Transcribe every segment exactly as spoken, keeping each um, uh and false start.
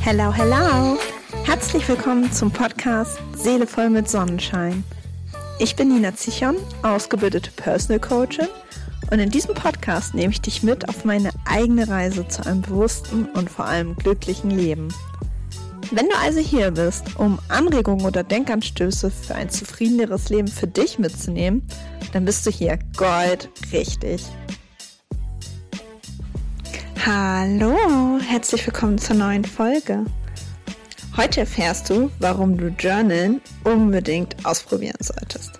Hello, hello! Herzlich willkommen zum Podcast Seele voll mit Sonnenschein. Ich bin Nina Zichon, ausgebildete Personal Coachin, und in diesem Podcast nehme ich dich mit auf meine eigene Reise zu einem bewussten und vor allem glücklichen Leben. Wenn du also hier bist, um Anregungen oder Denkanstöße für ein zufriedeneres Leben für dich mitzunehmen, dann bist du hier Gold richtig. Hallo, herzlich willkommen zur neuen Folge. Heute erfährst du, warum du Journalen unbedingt ausprobieren solltest.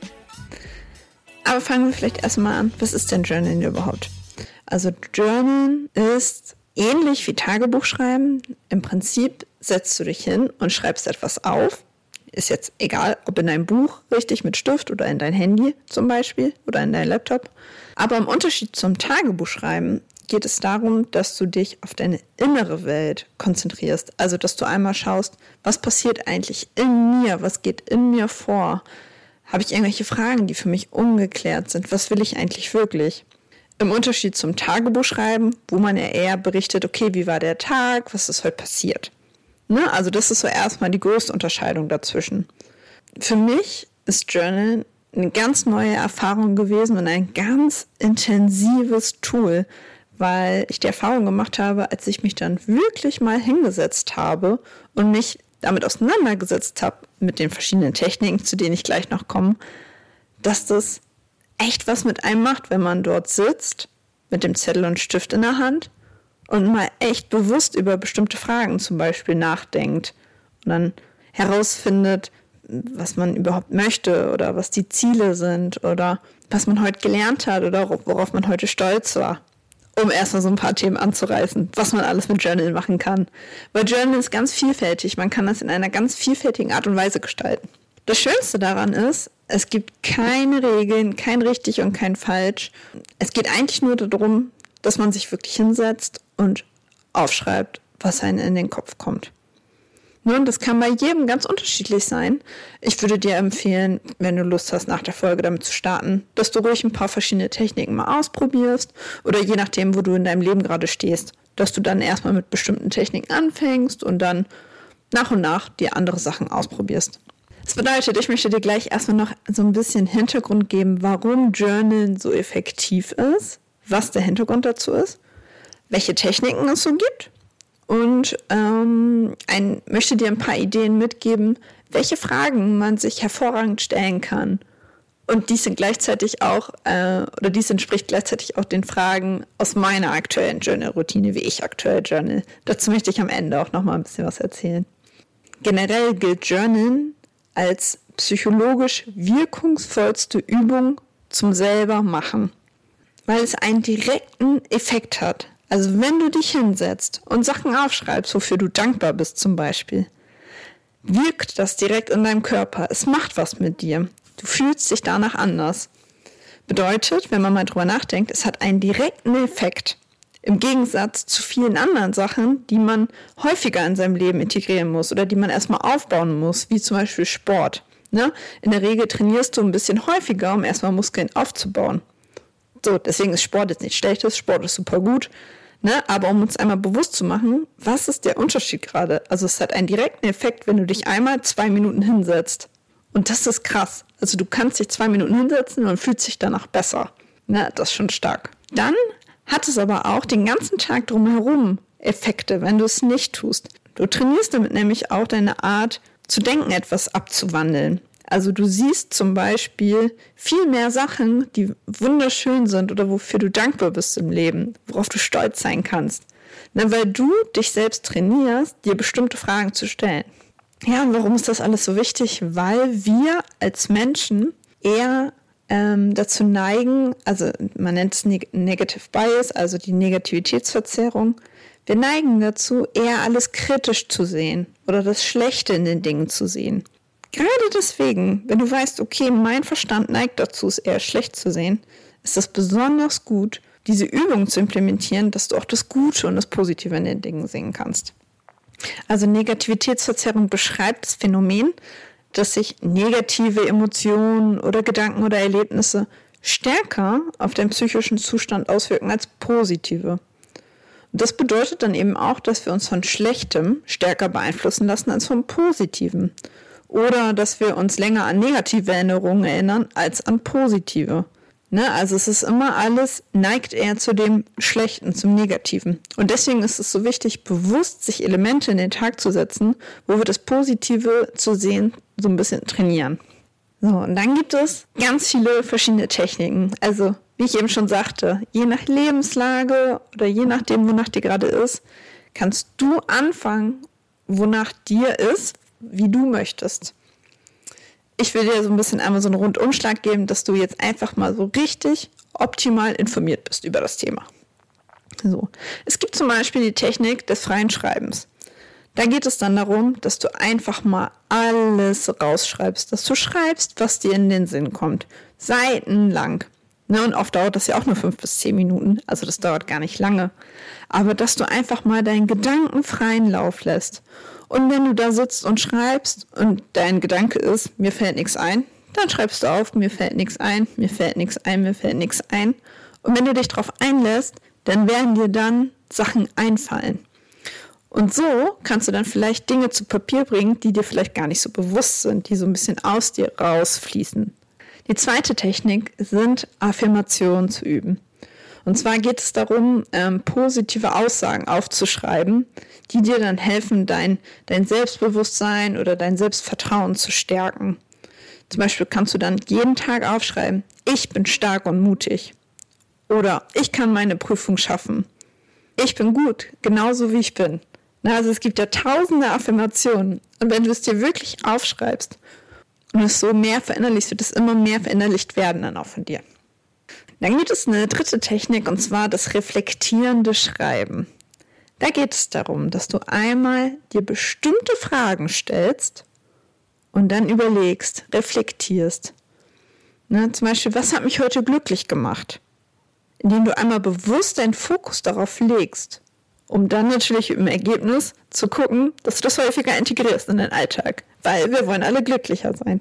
Aber fangen wir vielleicht erstmal an. Was ist denn Journalen überhaupt? Also Journalen ist ähnlich wie Tagebuch schreiben. Im Prinzip setzt du dich hin und schreibst etwas auf. Ist jetzt egal, ob in dein Buch, richtig mit Stift oder in dein Handy zum Beispiel oder in dein Laptop. Aber im Unterschied zum Tagebuchschreiben geht es darum, dass du dich auf deine innere Welt konzentrierst. Also, dass du einmal schaust, was passiert eigentlich in mir? Was geht in mir vor? Habe ich irgendwelche Fragen, die für mich ungeklärt sind? Was will ich eigentlich wirklich? Im Unterschied zum Tagebuchschreiben, wo man ja eher berichtet, okay, wie war der Tag? Was ist heute passiert? Ne? Also, das ist so erstmal die größte Unterscheidung dazwischen. Für mich ist Journal eine ganz neue Erfahrung gewesen und ein ganz intensives Tool, weil ich die Erfahrung gemacht habe, als ich mich dann wirklich mal hingesetzt habe und mich damit auseinandergesetzt habe, mit den verschiedenen Techniken, zu denen ich gleich noch komme, dass das echt was mit einem macht, wenn man dort sitzt, mit dem Zettel und Stift in der Hand und mal echt bewusst über bestimmte Fragen zum Beispiel nachdenkt und dann herausfindet, was man überhaupt möchte oder was die Ziele sind oder was man heute gelernt hat oder worauf man heute stolz war. Um erstmal so ein paar Themen anzureißen, was man alles mit Journal machen kann. Weil Journal ist ganz vielfältig, man kann das in einer ganz vielfältigen Art und Weise gestalten. Das Schönste daran ist, es gibt keine Regeln, kein richtig und kein falsch. Es geht eigentlich nur darum, dass man sich wirklich hinsetzt und aufschreibt, was einem in den Kopf kommt. Nun, das kann bei jedem ganz unterschiedlich sein. Ich würde dir empfehlen, wenn du Lust hast, nach der Folge damit zu starten, dass du ruhig ein paar verschiedene Techniken mal ausprobierst oder je nachdem, wo du in deinem Leben gerade stehst, dass du dann erstmal mit bestimmten Techniken anfängst und dann nach und nach dir andere Sachen ausprobierst. Das bedeutet, ich möchte dir gleich erstmal noch so ein bisschen Hintergrund geben, warum Journalen so effektiv ist, was der Hintergrund dazu ist, welche Techniken es so gibt. Und ähm, ein, möchte dir ein paar Ideen mitgeben, welche Fragen man sich hervorragend stellen kann. Und dies sind gleichzeitig auch, äh, oder dies entspricht gleichzeitig auch den Fragen aus meiner aktuellen Journal-Routine, wie ich aktuell journal. Dazu möchte ich am Ende auch nochmal ein bisschen was erzählen. Generell gilt Journalen als psychologisch wirkungsvollste Übung zum selber machen, weil es einen direkten Effekt hat. Also wenn du dich hinsetzt und Sachen aufschreibst, wofür du dankbar bist zum Beispiel, wirkt das direkt in deinem Körper. Es macht was mit dir. Du fühlst dich danach anders. Bedeutet, wenn man mal drüber nachdenkt, es hat einen direkten Effekt. Im Gegensatz zu vielen anderen Sachen, die man häufiger in seinem Leben integrieren muss oder die man erstmal aufbauen muss, wie zum Beispiel Sport. Ne? In der Regel trainierst du ein bisschen häufiger, um erstmal Muskeln aufzubauen. So, deswegen ist Sport jetzt nicht schlechtes, Sport ist super gut. Ne? Aber um uns einmal bewusst zu machen, was ist der Unterschied gerade? Also es hat einen direkten Effekt, wenn du dich einmal zwei Minuten hinsetzt. Und das ist krass. Also du kannst dich zwei Minuten hinsetzen und fühlst dich danach besser. Ne? Das ist schon stark. Dann hat es aber auch den ganzen Tag drumherum Effekte, wenn du es nicht tust. Du trainierst damit nämlich auch deine Art zu denken, etwas abzuwandeln. Also du siehst zum Beispiel viel mehr Sachen, die wunderschön sind oder wofür du dankbar bist im Leben, worauf du stolz sein kannst. Na, weil du dich selbst trainierst, dir bestimmte Fragen zu stellen. Ja, und warum ist das alles so wichtig? Weil wir als Menschen eher ähm, dazu neigen, also man nennt es Neg- Negative Bias, also die Negativitätsverzerrung. Wir neigen dazu, eher alles kritisch zu sehen oder das Schlechte in den Dingen zu sehen. Gerade deswegen, wenn du weißt, okay, mein Verstand neigt dazu, es eher schlecht zu sehen, ist es besonders gut, diese Übung zu implementieren, dass du auch das Gute und das Positive in den Dingen sehen kannst. Also Negativitätsverzerrung beschreibt das Phänomen, dass sich negative Emotionen oder Gedanken oder Erlebnisse stärker auf den psychischen Zustand auswirken als positive. Und das bedeutet dann eben auch, dass wir uns von Schlechtem stärker beeinflussen lassen als vom Positiven. Oder dass wir uns länger an negative Erinnerungen erinnern als an positive. Ne? Also es ist immer alles, neigt eher zu dem Schlechten, zum Negativen. Und deswegen ist es so wichtig, bewusst sich Elemente in den Tag zu setzen, wo wir das Positive zu sehen so ein bisschen trainieren. So, und dann gibt es ganz viele verschiedene Techniken. Also, wie ich eben schon sagte, je nach Lebenslage oder je nachdem, wonach dir gerade ist, kannst du anfangen, wonach dir ist, wie du möchtest. Ich will dir so ein bisschen einmal so einen Rundumschlag geben, dass du jetzt einfach mal so richtig optimal informiert bist über das Thema. So. Es gibt zum Beispiel die Technik des freien Schreibens. Da geht es dann darum, dass du einfach mal alles rausschreibst, dass du schreibst, was dir in den Sinn kommt. Seitenlang. Ne, und oft dauert das ja auch nur fünf bis zehn Minuten, also das dauert gar nicht lange. Aber dass du einfach mal deinen Gedanken freien Lauf lässt. Und wenn du da sitzt und schreibst und dein Gedanke ist, mir fällt nichts ein, dann schreibst du auf, mir fällt nichts ein, mir fällt nichts ein, mir fällt nichts ein. Und wenn du dich darauf einlässt, dann werden dir dann Sachen einfallen. Und so kannst du dann vielleicht Dinge zu Papier bringen, die dir vielleicht gar nicht so bewusst sind, die so ein bisschen aus dir rausfließen. Die zweite Technik sind Affirmationen zu üben. Und zwar geht es darum, ähm, positive Aussagen aufzuschreiben, die dir dann helfen, dein, dein Selbstbewusstsein oder dein Selbstvertrauen zu stärken. Zum Beispiel kannst du dann jeden Tag aufschreiben, ich bin stark und mutig. Oder ich kann meine Prüfung schaffen. Ich bin gut, genauso wie ich bin. Na, also es gibt ja tausende Affirmationen. Und wenn du es dir wirklich aufschreibst und es so mehr verinnerlichst, wird es immer mehr verinnerlicht werden dann auch von dir. Dann gibt es eine dritte Technik, und zwar das reflektierende Schreiben. Da geht es darum, dass du einmal dir bestimmte Fragen stellst und dann überlegst, reflektierst. Ne, zum Beispiel, was hat mich heute glücklich gemacht? Indem du einmal bewusst deinen Fokus darauf legst, um dann natürlich im Ergebnis zu gucken, dass du das häufiger integrierst in deinen Alltag, weil wir wollen alle glücklicher sein.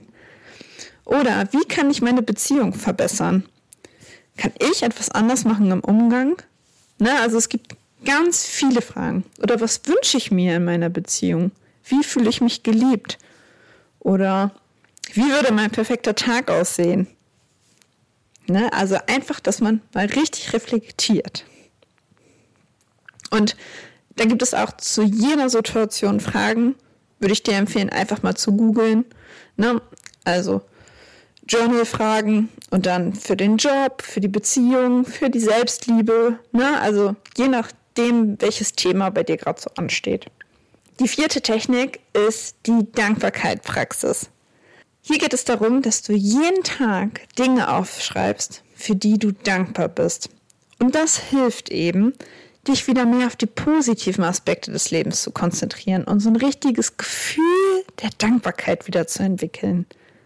Oder wie kann ich meine Beziehung verbessern? Kann ich etwas anders machen im Umgang? Ne, also es gibt ganz viele Fragen. Oder was wünsche ich mir in meiner Beziehung? Wie fühle ich mich geliebt? Oder wie würde mein perfekter Tag aussehen? Ne, also einfach, dass man mal richtig reflektiert. Und da gibt es auch zu jeder Situation Fragen, würde ich dir empfehlen, einfach mal zu googeln. Ne? Also Journal-Fragen und dann für den Job, für die Beziehung, für die Selbstliebe. Ne? Also je nachdem, welches Thema bei dir gerade so ansteht. Die vierte Technik ist die Dankbarkeit-Praxis. Hier geht es darum, dass du jeden Tag Dinge aufschreibst, für die du dankbar bist. Und das hilft eben, dich wieder mehr auf die positiven Aspekte des Lebens zu konzentrieren und so ein richtiges Gefühl der Dankbarkeit wieder zu entwickeln.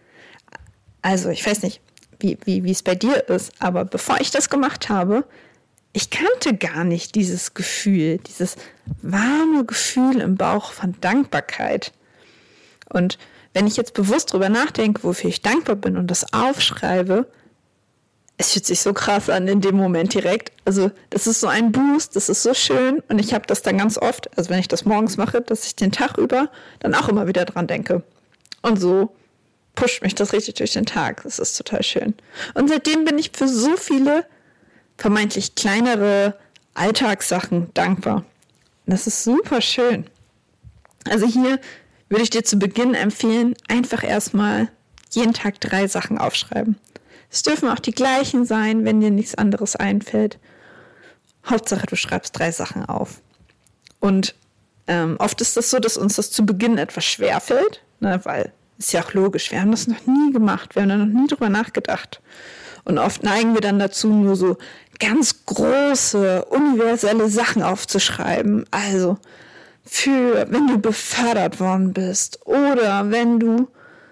Also ich weiß nicht, wie, wie, wie es bei dir ist, aber bevor ich das gemacht habe, ich kannte gar nicht dieses Gefühl, dieses warme Gefühl im Bauch von Dankbarkeit. Und wenn ich jetzt bewusst drüber nachdenke, wofür ich dankbar bin und das aufschreibe, es fühlt sich so krass an in dem Moment direkt. Also das ist so ein Boost, das ist so schön und ich habe das dann ganz oft, also wenn ich das morgens mache, dass ich den Tag über dann auch immer wieder dran denke. Und so pusht mich das richtig durch den Tag. Das ist total schön. Und seitdem bin ich für so viele vermeintlich kleinere Alltagssachen dankbar. Das ist super schön. Also hier würde ich dir zu Beginn empfehlen, einfach erstmal jeden Tag drei Sachen aufschreiben. Es dürfen auch die gleichen sein, wenn dir nichts anderes einfällt. Hauptsache, du schreibst drei Sachen auf. Und ähm, oft ist das so, dass uns das zu Beginn etwas schwerfällt, ne, weil ist ja auch logisch, wir haben das noch nie gemacht, wir haben da noch nie drüber nachgedacht. Und oft neigen wir dann dazu, nur so ganz große, universelle Sachen aufzuschreiben. Also für, wenn du befördert worden bist oder wenn du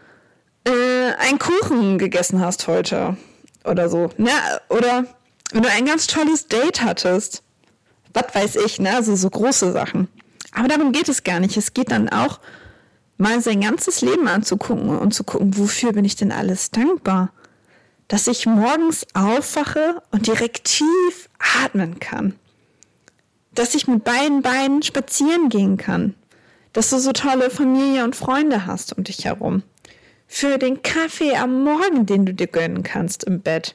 äh, einen Kuchen gegessen hast heute oder so. Ne? Oder wenn du ein ganz tolles Date hattest. Was weiß ich, ne? Also so große Sachen. Aber darum geht es gar nicht. Es geht dann auch, mal sein ganzes Leben anzugucken und zu gucken, wofür bin ich denn alles dankbar? Dass ich morgens aufwache und direkt tief atmen kann. dass ich mit beiden Beinen spazieren gehen kann, dass du so tolle Familie und Freunde hast um dich herum, für den Kaffee am Morgen, den du dir gönnen kannst im Bett,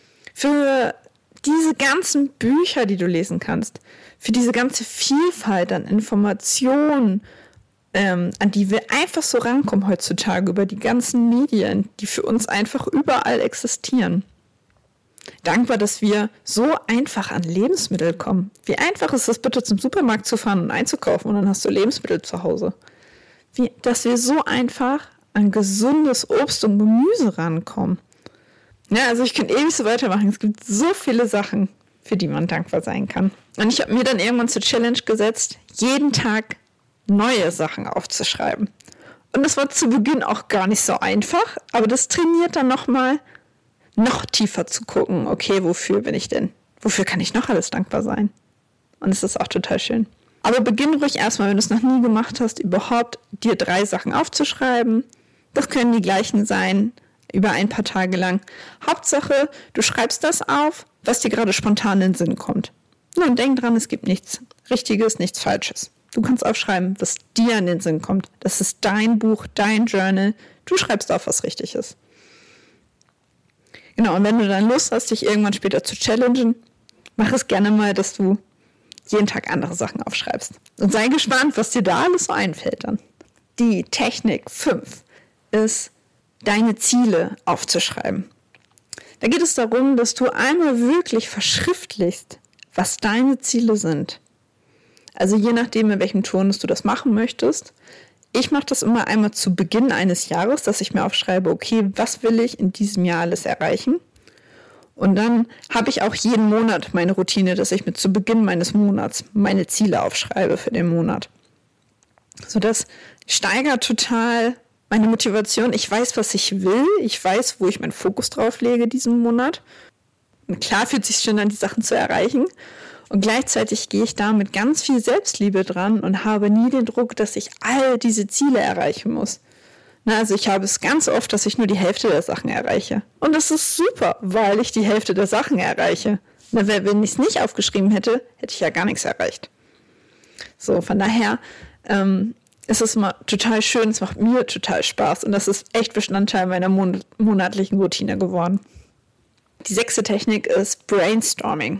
für diese ganzen Bücher, die du lesen kannst, für diese ganze Vielfalt an Informationen, ähm, an die wir einfach so rankommen heutzutage über die ganzen Medien, die für uns einfach überall existieren. Dankbar, dass wir so einfach an Lebensmittel kommen. Wie einfach ist es bitte, zum Supermarkt zu fahren und einzukaufen und dann hast du Lebensmittel zu Hause. Wie, dass wir so einfach an gesundes Obst und Gemüse rankommen. Ja, also ich könnte ewig so weitermachen. Es gibt so viele Sachen, für die man dankbar sein kann. Und ich habe mir dann irgendwann zur Challenge gesetzt, jeden Tag neue Sachen aufzuschreiben. Und das war zu Beginn auch gar nicht so einfach, aber das trainiert dann nochmal, noch tiefer zu gucken, okay, wofür bin ich denn? Wofür kann ich noch alles dankbar sein? Und es ist auch total schön. Aber beginn ruhig erstmal, wenn du es noch nie gemacht hast, überhaupt dir drei Sachen aufzuschreiben. Das können die gleichen sein, über ein paar Tage lang. Hauptsache, du schreibst das auf, was dir gerade spontan in den Sinn kommt. Und denk dran, es gibt nichts Richtiges, nichts Falsches. Du kannst aufschreiben, was dir in den Sinn kommt. Das ist dein Buch, dein Journal. Du schreibst auf, was richtig ist. Genau, und wenn du dann Lust hast, dich irgendwann später zu challengen, mach es gerne mal, dass du jeden Tag andere Sachen aufschreibst. Und sei gespannt, was dir da alles so einfällt dann. Die Technik fünf ist, deine Ziele aufzuschreiben. Da geht es darum, dass du einmal wirklich verschriftlichst, was deine Ziele sind. Also je nachdem, in welchem Turnus du das machen möchtest. Ich mache das immer einmal zu Beginn eines Jahres, dass ich mir aufschreibe, okay, was will ich in diesem Jahr alles erreichen? Und dann habe ich auch jeden Monat meine Routine, dass ich mir zu Beginn meines Monats meine Ziele aufschreibe für den Monat. So, das steigert total meine Motivation. Ich weiß, was ich will. Ich weiß, wo ich meinen Fokus drauf lege diesen Monat. Und klar fühlt es sich schön an, die Sachen zu erreichen. Und gleichzeitig gehe ich da mit ganz viel Selbstliebe dran und habe nie den Druck, dass ich all diese Ziele erreichen muss. Na, also ich habe es ganz oft, dass ich nur die Hälfte der Sachen erreiche. Und das ist super, weil ich die Hälfte der Sachen erreiche. Na, wenn ich es nicht aufgeschrieben hätte, hätte ich ja gar nichts erreicht. So, von daher ähm, ist es immer total schön, es macht mir total Spaß und das ist echt Bestandteil meiner mon- monatlichen Routine geworden. Die sechste Technik ist Brainstorming.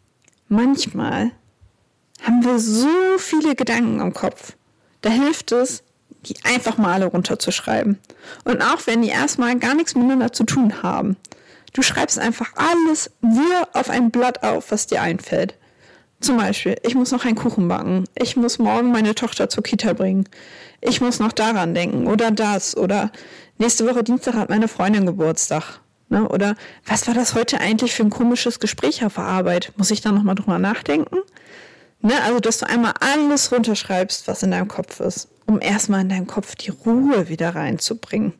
Manchmal haben wir so viele Gedanken im Kopf. Da hilft es, die einfach mal alle runterzuschreiben. Und auch wenn die erstmal gar nichts miteinander zu tun haben. Du schreibst einfach alles wirr auf ein Blatt auf, was dir einfällt. Zum Beispiel, ich muss noch einen Kuchen backen. Ich muss morgen meine Tochter zur Kita bringen. Ich muss noch daran denken oder das. Oder nächste Woche Dienstag hat meine Freundin Geburtstag. Ne? Oder was war das heute eigentlich für ein komisches Gespräch auf der Arbeit? Muss ich da nochmal drüber nachdenken? Ne? Also, dass du einmal alles runterschreibst, was in deinem Kopf ist, um erstmal in deinem Kopf die Ruhe wieder reinzubringen.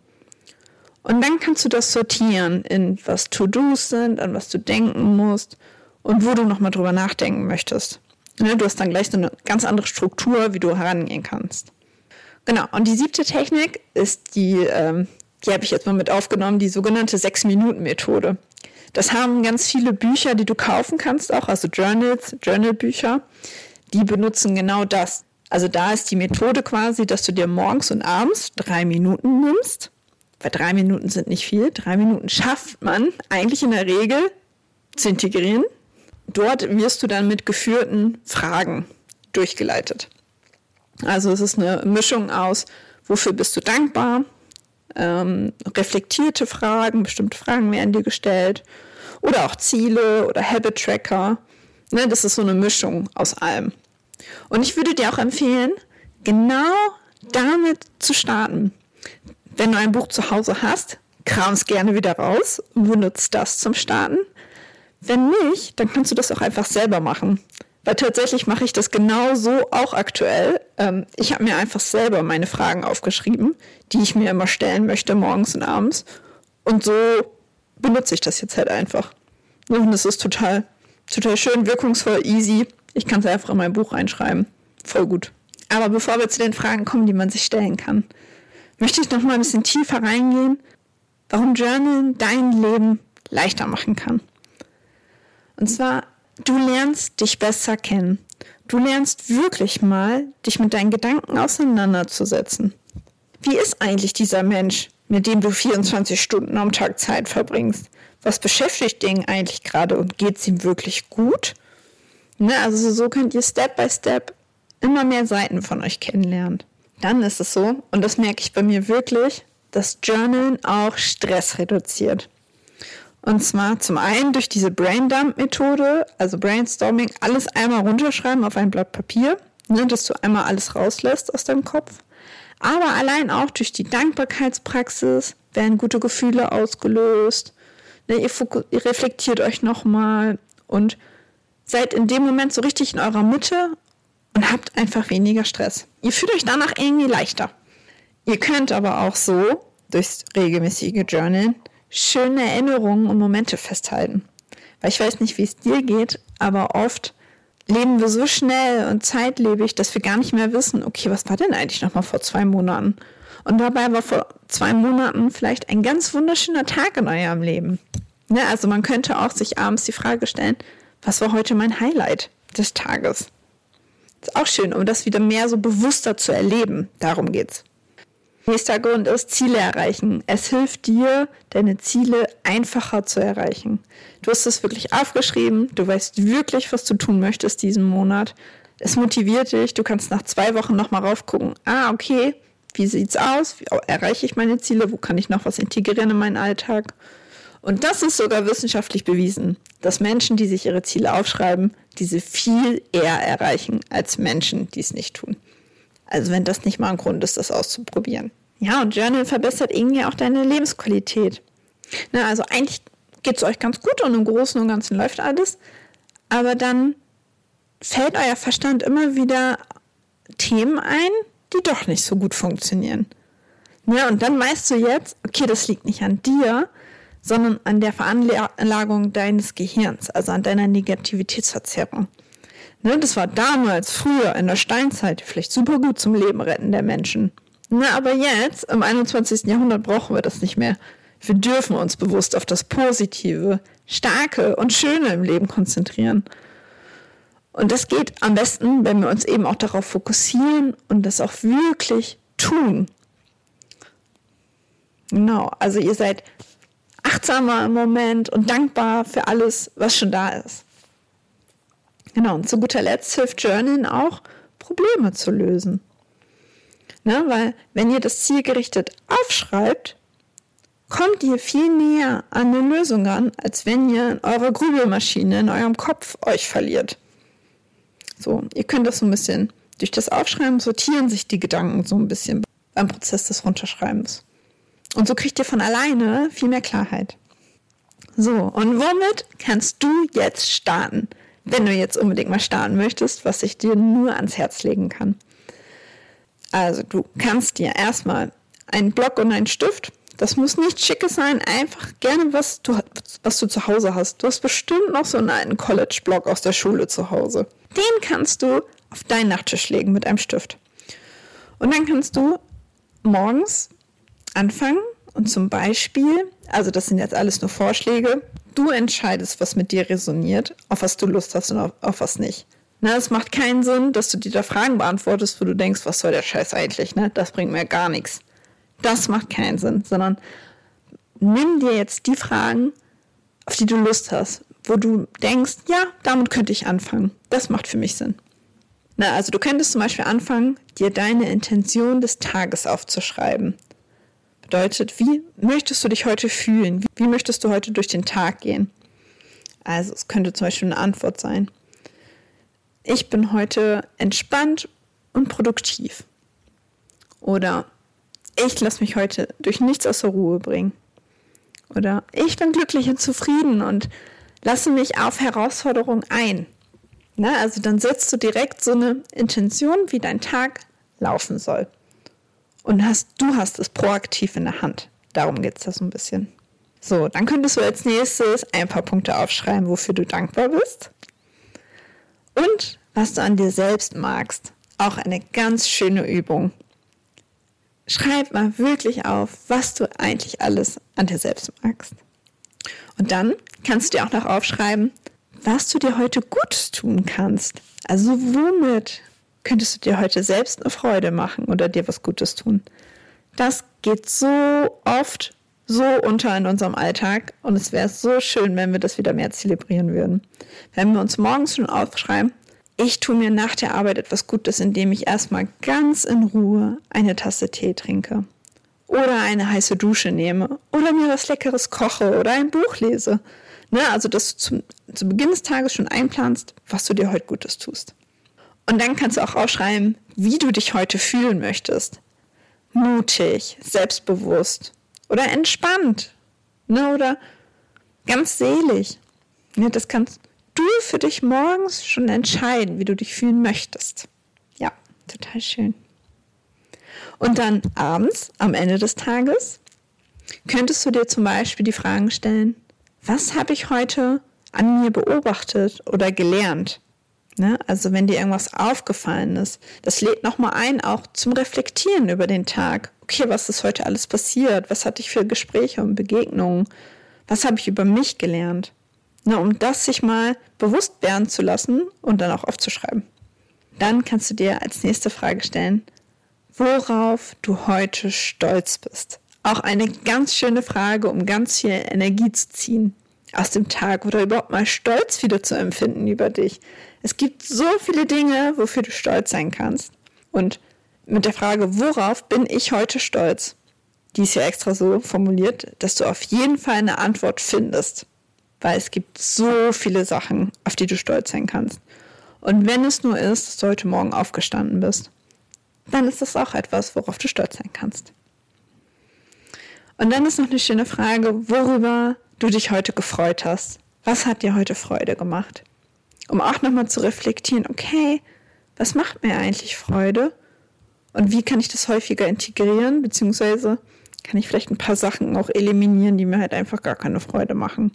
Und dann kannst du das sortieren in was To-Dos sind, an was du denken musst und wo du nochmal drüber nachdenken möchtest. Ne? Du hast dann gleich so eine ganz andere Struktur, wie du herangehen kannst. Genau, und die siebte Technik ist die, ähm, die habe ich jetzt mal mit aufgenommen, die sogenannte sechs-Minuten-Methode. Das haben ganz viele Bücher, die du kaufen kannst auch, also Journals, Journalbücher, die benutzen genau das. Also da ist die Methode quasi, dass du dir morgens und abends drei Minuten nimmst, weil drei Minuten sind nicht viel, drei Minuten schafft man eigentlich in der Regel zu integrieren. Dort wirst du dann mit geführten Fragen durchgeleitet. Also es ist eine Mischung aus, wofür bist du dankbar, ähm, reflektierte Fragen, bestimmte Fragen werden dir gestellt oder auch Ziele oder Habit-Tracker. Ne, das ist so eine Mischung aus allem. Und ich würde dir auch empfehlen, genau damit zu starten. Wenn du ein Buch zu Hause hast, kram es gerne wieder raus und benutzt das zum Starten. Wenn nicht, dann kannst du das auch einfach selber machen. Weil tatsächlich mache ich das genau so auch aktuell. Ähm, ich habe mir einfach selber meine Fragen aufgeschrieben, die ich mir immer stellen möchte, morgens und abends. Und so benutze ich das jetzt halt einfach. Und es ist total, total schön, wirkungsvoll, easy. Ich kann es einfach in mein Buch reinschreiben. Voll gut. Aber bevor wir zu den Fragen kommen, die man sich stellen kann, möchte ich noch mal ein bisschen tiefer reingehen, warum Journalen dein Leben leichter machen kann. Und zwar, du lernst dich besser kennen. du lernst wirklich mal, dich mit deinen Gedanken auseinanderzusetzen. Wie ist eigentlich dieser Mensch, mit dem du vierundzwanzig Stunden am Tag Zeit verbringst? Was beschäftigt den eigentlich gerade und geht es ihm wirklich gut? Ne, also so könnt ihr Step by Step immer mehr Seiten von euch kennenlernen. Dann ist es so, und das merke ich bei mir wirklich, dass Journalen auch Stress reduziert. Und zwar zum einen durch diese Braindump-Methode, also Brainstorming, alles einmal runterschreiben auf ein Blatt Papier, ne, dass du einmal alles rauslässt aus deinem Kopf. Aber allein auch durch die Dankbarkeitspraxis werden gute Gefühle ausgelöst. Ne, ihr, fokus- ihr reflektiert euch nochmal und seid in dem Moment so richtig in eurer Mitte und habt einfach weniger Stress. Ihr fühlt euch danach irgendwie leichter. Ihr könnt aber auch so, durchs regelmäßige Journalen, schöne Erinnerungen und Momente festhalten. Weil ich weiß nicht, wie es dir geht, aber oft leben wir so schnell und zeitlebig, dass wir gar nicht mehr wissen, okay, was war denn eigentlich nochmal vor zwei Monaten? Und dabei war vor zwei Monaten vielleicht ein ganz wunderschöner Tag in eurem Leben. Ne, also man könnte auch sich abends die Frage stellen, was war heute mein Highlight des Tages? Ist auch schön, um das wieder mehr so bewusster zu erleben. Darum geht's. Nächster Grund ist Ziele erreichen. Es hilft dir, deine Ziele einfacher zu erreichen. Du hast es wirklich aufgeschrieben, du weißt wirklich, was du tun möchtest diesen Monat. Es motiviert dich, du kannst nach zwei Wochen nochmal raufgucken. Ah, okay, wie sieht's aus? Wie erreiche ich meine Ziele? Wo kann ich noch was integrieren in meinen Alltag? Und das ist sogar wissenschaftlich bewiesen, dass Menschen, die sich ihre Ziele aufschreiben, diese viel eher erreichen als Menschen, die es nicht tun. Also wenn das nicht mal ein Grund ist, das auszuprobieren. Ja, und Journal verbessert irgendwie auch deine Lebensqualität. Na, also eigentlich geht es euch ganz gut und im Großen und Ganzen läuft alles. Aber dann fällt euer Verstand immer wieder Themen ein, die doch nicht so gut funktionieren. Ja, und dann weißt du jetzt, okay, das liegt nicht an dir, sondern an der Veranlagung deines Gehirns, also an deiner Negativitätsverzerrung. Ne, das war damals, früher, in der Steinzeit, vielleicht super gut zum Leben retten der Menschen. Ne, aber jetzt, im einundzwanzigsten Jahrhundert, brauchen wir das nicht mehr. Wir dürfen uns bewusst auf das Positive, Starke und Schöne im Leben konzentrieren. Und das geht am besten, wenn wir uns eben auch darauf fokussieren und das auch wirklich tun. Genau, also ihr seid achtsamer im Moment und dankbar für alles, was schon da ist. Genau, und zu guter Letzt hilft Journalen auch, Probleme zu lösen. Ne, weil wenn ihr das zielgerichtet aufschreibt, kommt ihr viel näher an eine Lösung ran, als wenn ihr in eurer Grübelmaschine, in eurem Kopf euch verliert. So, ihr könnt das so ein bisschen, durch das Aufschreiben sortieren sich die Gedanken so ein bisschen beim Prozess des Runterschreibens. Und so kriegt ihr von alleine viel mehr Klarheit. So, und womit kannst du jetzt starten? Wenn du jetzt unbedingt mal starten möchtest, was ich dir nur ans Herz legen kann. Also du kannst dir erstmal einen Block und einen Stift, das muss nichts Schickes sein, einfach gerne was du, was du zu Hause hast. Du hast bestimmt noch so einen alten College-Block aus der Schule zu Hause. Den kannst du auf deinen Nachttisch legen mit einem Stift. Und dann kannst du morgens anfangen und zum Beispiel, also das sind jetzt alles nur Vorschläge, du entscheidest, was mit dir resoniert, auf was du Lust hast und auf, auf was nicht. Na, es macht keinen Sinn, dass du dir da Fragen beantwortest, wo du denkst, was soll der Scheiß eigentlich, ne? Das bringt mir gar nichts. Das macht keinen Sinn, sondern nimm dir jetzt die Fragen, auf die du Lust hast, wo du denkst, ja, damit könnte ich anfangen. Das macht für mich Sinn. Na, also du könntest zum Beispiel anfangen, dir deine Intention des Tages aufzuschreiben. Bedeutet, wie möchtest du dich heute fühlen? Wie, wie möchtest du heute durch den Tag gehen? Also es könnte zum Beispiel eine Antwort sein. Ich bin heute entspannt und produktiv. Oder ich lasse mich heute durch nichts aus der Ruhe bringen. Oder ich bin glücklich und zufrieden und lasse mich auf Herausforderungen ein. Na, also dann setzt du direkt so eine Intention, wie dein Tag laufen soll. Und hast, du hast es proaktiv in der Hand. Darum geht es da so ein bisschen. So, dann könntest du als nächstes ein paar Punkte aufschreiben, wofür du dankbar bist. Und was du an dir selbst magst. Auch eine ganz schöne Übung. Schreib mal wirklich auf, was du eigentlich alles an dir selbst magst. Und dann kannst du dir auch noch aufschreiben, was du dir heute Gutes tun kannst. Also womit könntest du dir heute selbst eine Freude machen oder dir was Gutes tun? Das geht so oft so unter in unserem Alltag und es wäre so schön, wenn wir das wieder mehr zelebrieren würden. Wenn wir uns morgens schon aufschreiben, ich tue mir nach der Arbeit etwas Gutes, indem ich erstmal ganz in Ruhe eine Tasse Tee trinke oder eine heiße Dusche nehme oder mir was Leckeres koche oder ein Buch lese. Ne, also, dass du zum, zu Beginn des Tages schon einplanst, was du dir heute Gutes tust. Und dann kannst du auch aufschreiben, wie du dich heute fühlen möchtest. Mutig, selbstbewusst oder entspannt, ne, oder ganz selig. Ne, das kannst du für dich morgens schon entscheiden, wie du dich fühlen möchtest. Ja, total schön. Und dann abends, am Ende des Tages, könntest du dir zum Beispiel die Fragen stellen, was habe ich heute an mir beobachtet oder gelernt? Ne? Also wenn dir irgendwas aufgefallen ist, das lädt nochmal ein, auch zum Reflektieren über den Tag. Okay, was ist heute alles passiert? Was hatte ich für Gespräche und Begegnungen? Was habe ich über mich gelernt? Ne, um das sich mal bewusst werden zu lassen und dann auch aufzuschreiben. Dann kannst du dir als nächste Frage stellen, worauf du heute stolz bist. Auch eine ganz schöne Frage, um ganz viel Energie zu ziehen aus dem Tag oder überhaupt mal Stolz wieder zu empfinden über dich. Es gibt so viele Dinge, wofür du stolz sein kannst. Und mit der Frage, worauf bin ich heute stolz? Die ist ja extra so formuliert, dass du auf jeden Fall eine Antwort findest. Weil es gibt so viele Sachen, auf die du stolz sein kannst. Und wenn es nur ist, dass du heute Morgen aufgestanden bist, dann ist das auch etwas, worauf du stolz sein kannst. Und dann ist noch eine schöne Frage, worüber du dich heute gefreut hast. Was hat dir heute Freude gemacht? Um auch nochmal zu reflektieren, okay, was macht mir eigentlich Freude? Und wie kann ich das häufiger integrieren? Beziehungsweise kann ich vielleicht ein paar Sachen auch eliminieren, die mir halt einfach gar keine Freude machen.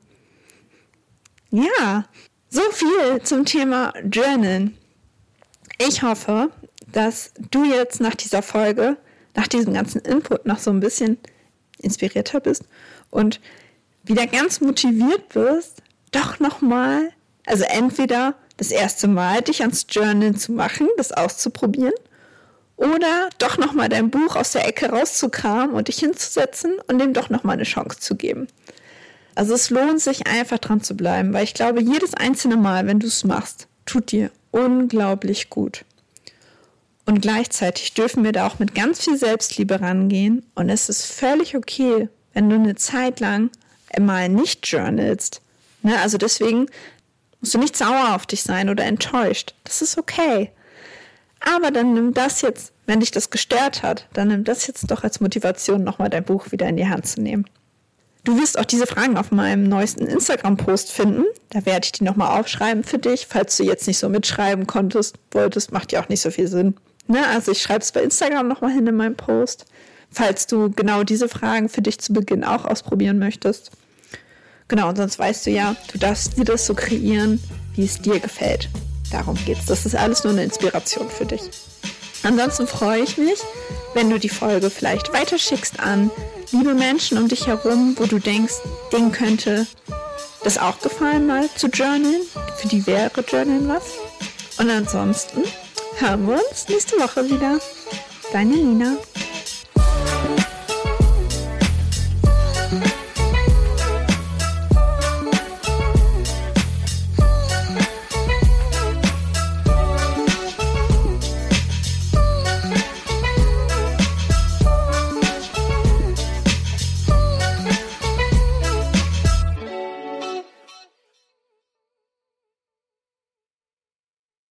Ja, so viel zum Thema Journalen. Ich hoffe, dass du jetzt nach dieser Folge, nach diesem ganzen Input noch so ein bisschen inspirierter bist und wieder ganz motiviert bist, doch nochmal, also entweder das erste Mal dich ans Journalen zu machen, das auszuprobieren, oder doch nochmal dein Buch aus der Ecke rauszukramen und dich hinzusetzen und dem doch nochmal eine Chance zu geben. Also es lohnt sich einfach dran zu bleiben, weil ich glaube, jedes einzelne Mal, wenn du es machst, tut dir unglaublich gut. Und gleichzeitig dürfen wir da auch mit ganz viel Selbstliebe rangehen und es ist völlig okay, wenn du eine Zeit lang mal nicht journalst. Ne? Also deswegen musst du nicht sauer auf dich sein oder enttäuscht. Das ist okay. Aber dann nimm das jetzt, wenn dich das gestört hat, dann nimm das jetzt doch als Motivation, nochmal dein Buch wieder in die Hand zu nehmen. Du wirst auch diese Fragen auf meinem neuesten Instagram-Post finden. Da werde ich die nochmal aufschreiben für dich, falls du jetzt nicht so mitschreiben konntest, wolltest, macht ja auch nicht so viel Sinn. Ne? Also ich schreibe es bei Instagram nochmal hin in meinem Post, falls du genau diese Fragen für dich zu Beginn auch ausprobieren möchtest. Genau, und sonst weißt du ja, du darfst dir das so kreieren, wie es dir gefällt. Darum geht's. Das ist alles nur eine Inspiration für dich. Ansonsten freue ich mich, wenn du die Folge vielleicht weiterschickst an liebe Menschen um dich herum, wo du denkst, denen könnte das auch gefallen, mal zu journalen. Für die wäre Journalen was. Und ansonsten hören wir uns nächste Woche wieder. Deine Nina.